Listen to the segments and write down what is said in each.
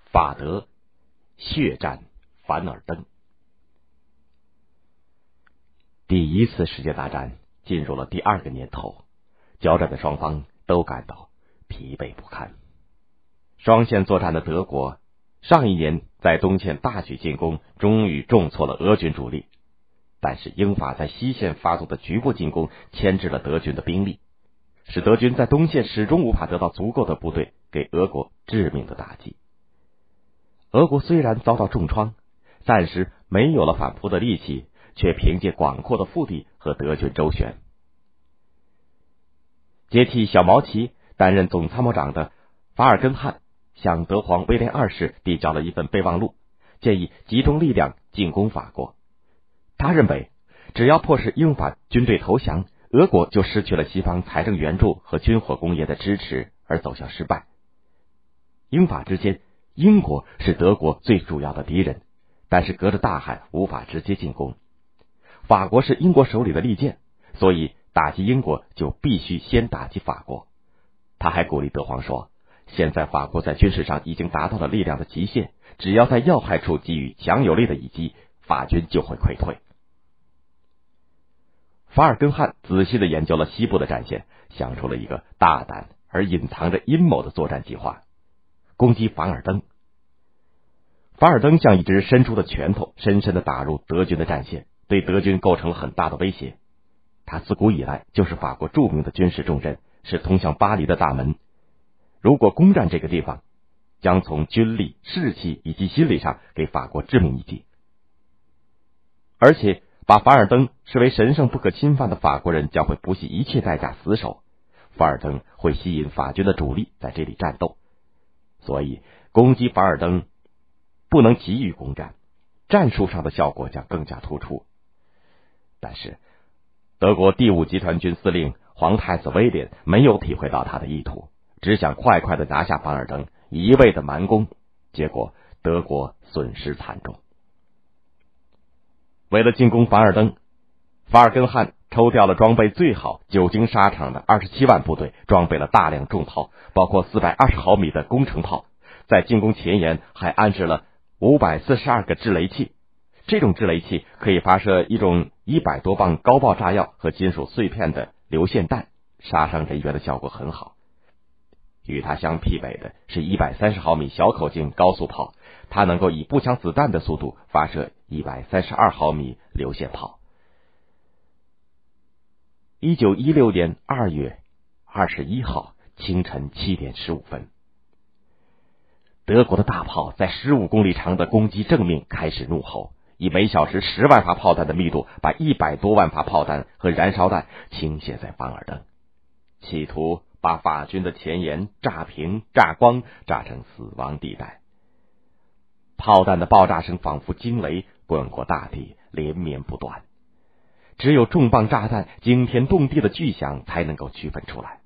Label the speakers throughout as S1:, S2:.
S1: 法德血战凡尔登。第一次世界大战进入了第2个年头，交战的双方都感到疲惫不堪。双线作战的德国上一年在东线大举进攻，终于重挫了俄军主力，但是英法在西线发动的局部进攻牵制了德军的兵力，使德军在东线始终无法得到足够的部队，给俄国致命的打击。俄国虽然遭到重创，暂时没有了反扑的力气，却凭借广阔的腹地和德军周旋。接替小毛奇担任总参谋长的法尔根汉向德皇威廉2世递交了一份备忘录，建议集中力量进攻法国。他认为，只要迫使英法军队投降，俄国就失去了西方财政援助和军火工业的支持，而走向失败。英法之间，英国是德国最主要的敌人，但是隔着大海无法直接进攻。法国是英国手里的利剑，所以打击英国就必须先打击法国。他还鼓励德皇说，现在法国在军事上已经达到了力量的极限，只要在要害处给予强有力的一击，法军就会溃退。法尔根汉仔细地研究了西部的战线，想出了一个大胆而隐藏着阴谋的作战计划，攻击凡尔登。凡尔登像一只伸出的拳头，深深地打入德军的战线，对德军构成了很大的威胁。他自古以来就是法国著名的军事重镇，是通向巴黎的大门。如果攻占这个地方，将从军力、士气以及心理上给法国致命一击。而且把凡尔登视为神圣不可侵犯的法国人将会不惜一切代价死守，凡尔登会吸引法军的主力在这里战斗，所以攻击凡尔登不能急于攻占，战术上的效果将更加突出。但是德国第5集团军司令皇太子威廉没有体会到他的意图，只想快快地拿下凡尔登，一味的蛮攻，结果德国损失惨重。为了进攻凡尔登，法尔根汉抽调了装备最好、久经沙场的27万部队，装备了大量重炮，包括420毫米的工程炮，在进攻前沿还安置了542个制雷器。这种制雷器可以发射一种100多磅高爆炸药和金属碎片的流线弹，杀伤人员的效果很好。与它相媲美的是130毫米小口径高速炮，它能够以步枪子弹的速度发射132毫米流线炮。1916年2月21号清晨7点15分，德国的大炮在15公里长的攻击正面开始怒吼，以每小时10万发炮弹的密度，把100多万发炮弹和燃烧弹倾泻在凡尔登，企图把法军的前沿炸平、炸光、炸成死亡地带。炮弹的爆炸声仿佛惊雷，滚过大地，连绵不断。只有重磅炸弹惊天动地的巨响才能够区分出来。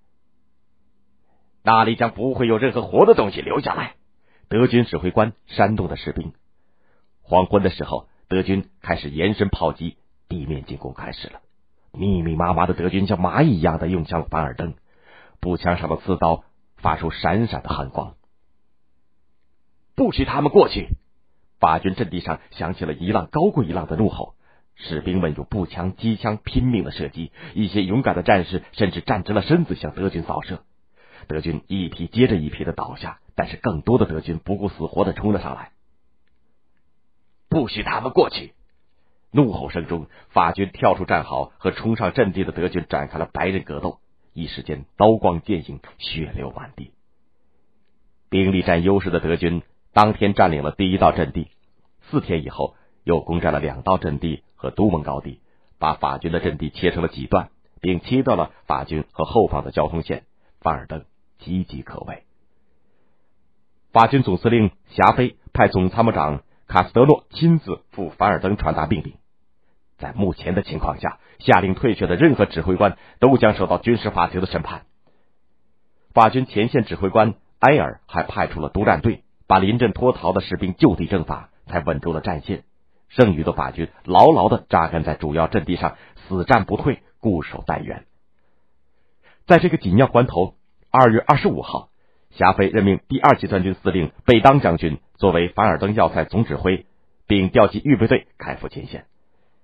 S1: 那里将不会有任何活的东西留下来，德军指挥官煽动的士兵。黄昏的时候，德军开始延伸炮击，地面进攻开始了。密密麻麻的德军像蚂蚁一样的涌向凡尔登，步枪上的刺刀发出闪闪的寒光。不许他们过去！法军阵地上响起了一浪高过一浪的怒吼，士兵们用步枪、机枪拼命的射击，一些勇敢的战士甚至站直了身子向德军扫射。德军一批接着一批的倒下，但是更多的德军不顾死活的冲了上来。不许他们过去！怒吼声中，法军跳出战壕，和冲上阵地的德军展开了白刃格斗，一时间刀光剑影，血流满地。兵力占优势的德军当天占领了第1道阵地，4天以后又攻占了2道阵地和都蒙高地，把法军的阵地切成了几段，并切断了法军和后方的交通线。凡尔登岌岌可危。法军总司令霞飞派总参谋长卡斯德诺亲自赴凡尔登传达命令，在目前的情况下，下令退却的任何指挥官都将受到军事法庭的审判。法军前线指挥官埃尔还派出了督战队，把临阵脱逃的士兵就地正法，才稳住了战线。剩余的法军牢牢地扎根在主要阵地上，死战不退，固守待援。在这个紧要关头，2月25号， 霞飞任命第2集团军司令贝当将军作为凡尔登要塞总指挥，并调集预备队开赴前线。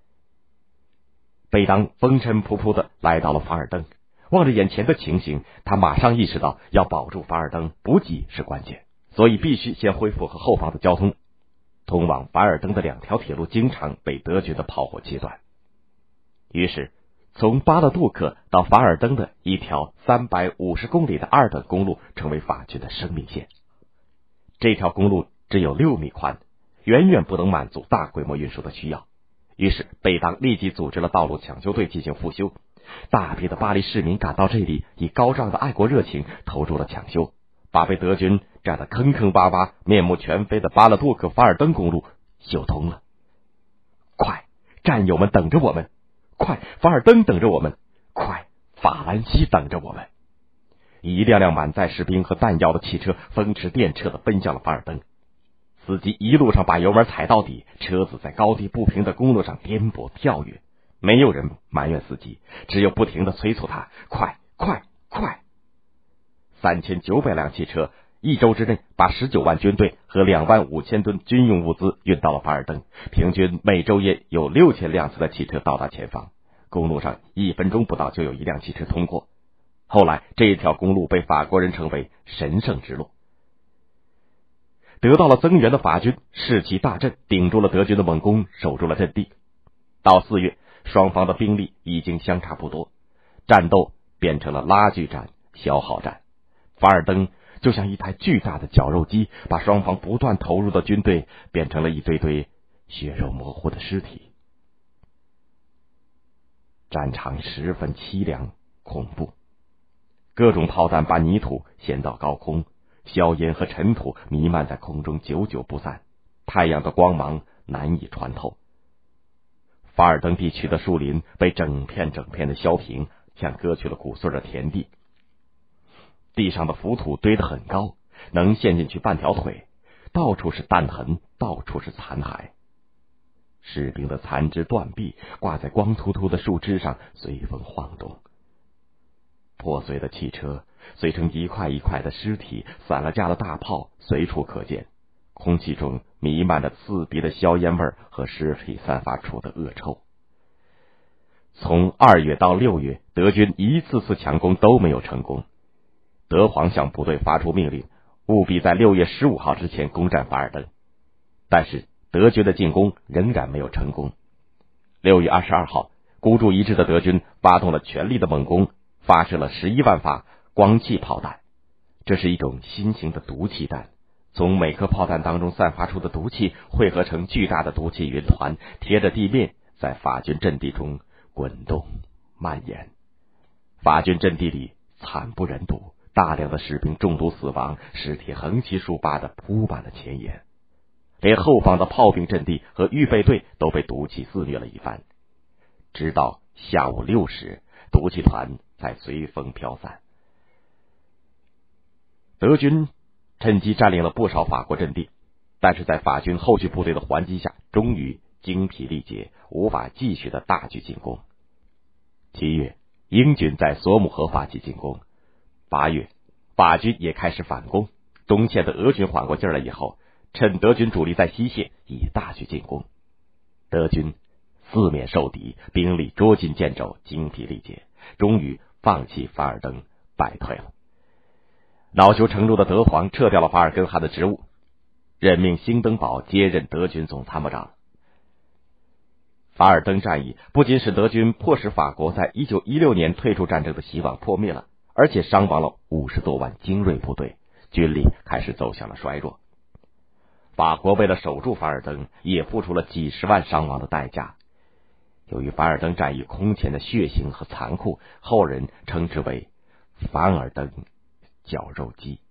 S1: 贝当风尘仆仆地来到了凡尔登，望着眼前的情形，他马上意识到要保住凡尔登补给是关键，所以必须先恢复和后方的交通。通往凡尔登的2条铁路经常被德军的炮火切断，于是从巴勒杜克到凡尔登的一条350公里的2等公路成为法军的生命线。这条公路只有6米宽，远远不能满足大规模运输的需要。于是贝当立即组织了道路抢修队进行复修，大批的巴黎市民赶到这里，以高涨的爱国热情投入了抢修，把被德军炸得坑坑洼洼、面目全非的巴勒杜克凡尔登公路修通了。快，战友们等着我们！快，凡尔登等着我们！快，法兰西等着我们！一辆辆满载士兵和弹药的汽车风驰电掣地奔向了凡尔登。司机一路上把油门踩到底，车子在高低不平的公路上颠簸跳跃，没有人埋怨司机，只有不停地催促他快快快。3900辆汽车1周之内把19万军队和2万5千吨军用物资运到了凡尔登，平均每周也有6000辆次的汽车到达前方，公路上1分钟不到就有一辆汽车通过。后来这条公路被法国人称为神圣之路。得到了增援的法军士气大振，顶住了德军的猛攻，守住了阵地。到4月，双方的兵力已经相差不多，战斗变成了拉锯战、消耗战。凡尔登就像一台巨大的绞肉机，把双方不断投入的军队变成了一堆堆血肉模糊的尸体。战场十分凄凉恐怖，各种炮弹把泥土掀到高空，硝烟和尘土弥漫在空中，久久不散，太阳的光芒难以穿透。凡尔登地区的树林被整片整片的削平，像割去了骨碎的田地。地上的浮土堆得很高，能陷进去半条腿，到处是弹痕，到处是残骸。士兵的残肢断臂挂在光秃秃的树枝上，随风晃动。破碎的汽车碎成一块一块的尸体，散了架的大炮随处可见，空气中弥漫着刺鼻的硝烟味和尸体散发出的恶臭。从2月到6月，德军一次次强攻都没有成功。德皇向部队发出命令，务必在6月15号之前攻占凡尔登，但是德军的进攻仍然没有成功。6月22号，孤注一掷的德军发动了全力的猛攻，发射了11万发光气炮弹。这是一种新型的毒气弹，从每颗炮弹当中散发出的毒气汇合成巨大的毒气云团，贴着地面在法军阵地中滚动蔓延。法军阵地里惨不忍睹，大量的士兵中毒死亡，尸体横七竖八地铺满了前沿，连后方的炮兵阵地和预备队都被毒气肆虐了一番。直到下午6时，毒气团才随风飘散。德军趁机占领了不少法国阵地，但是在法军后续部队的还击下，终于精疲力竭，无法继续的大举进攻。7月，英军在索姆河发起进攻。8月，法军也开始反攻。东线的俄军缓过劲儿来以后，趁德军主力在西线，以大举进攻。德军四面受敌，兵力捉襟见肘，精疲力竭，终于放弃凡尔登，败退了。恼羞成怒的德皇撤掉了法尔根汗的职务，任命兴登堡接任德军总参谋长。法尔登战役不仅使德军迫使法国在1916年退出战争的希望破灭了，而且伤亡了50多万精锐部队，军力开始走向了衰弱。法国为了守住凡尔登，也付出了几十万伤亡的代价。由于凡尔登战役空前的血腥和残酷，后人称之为凡尔登绞肉机。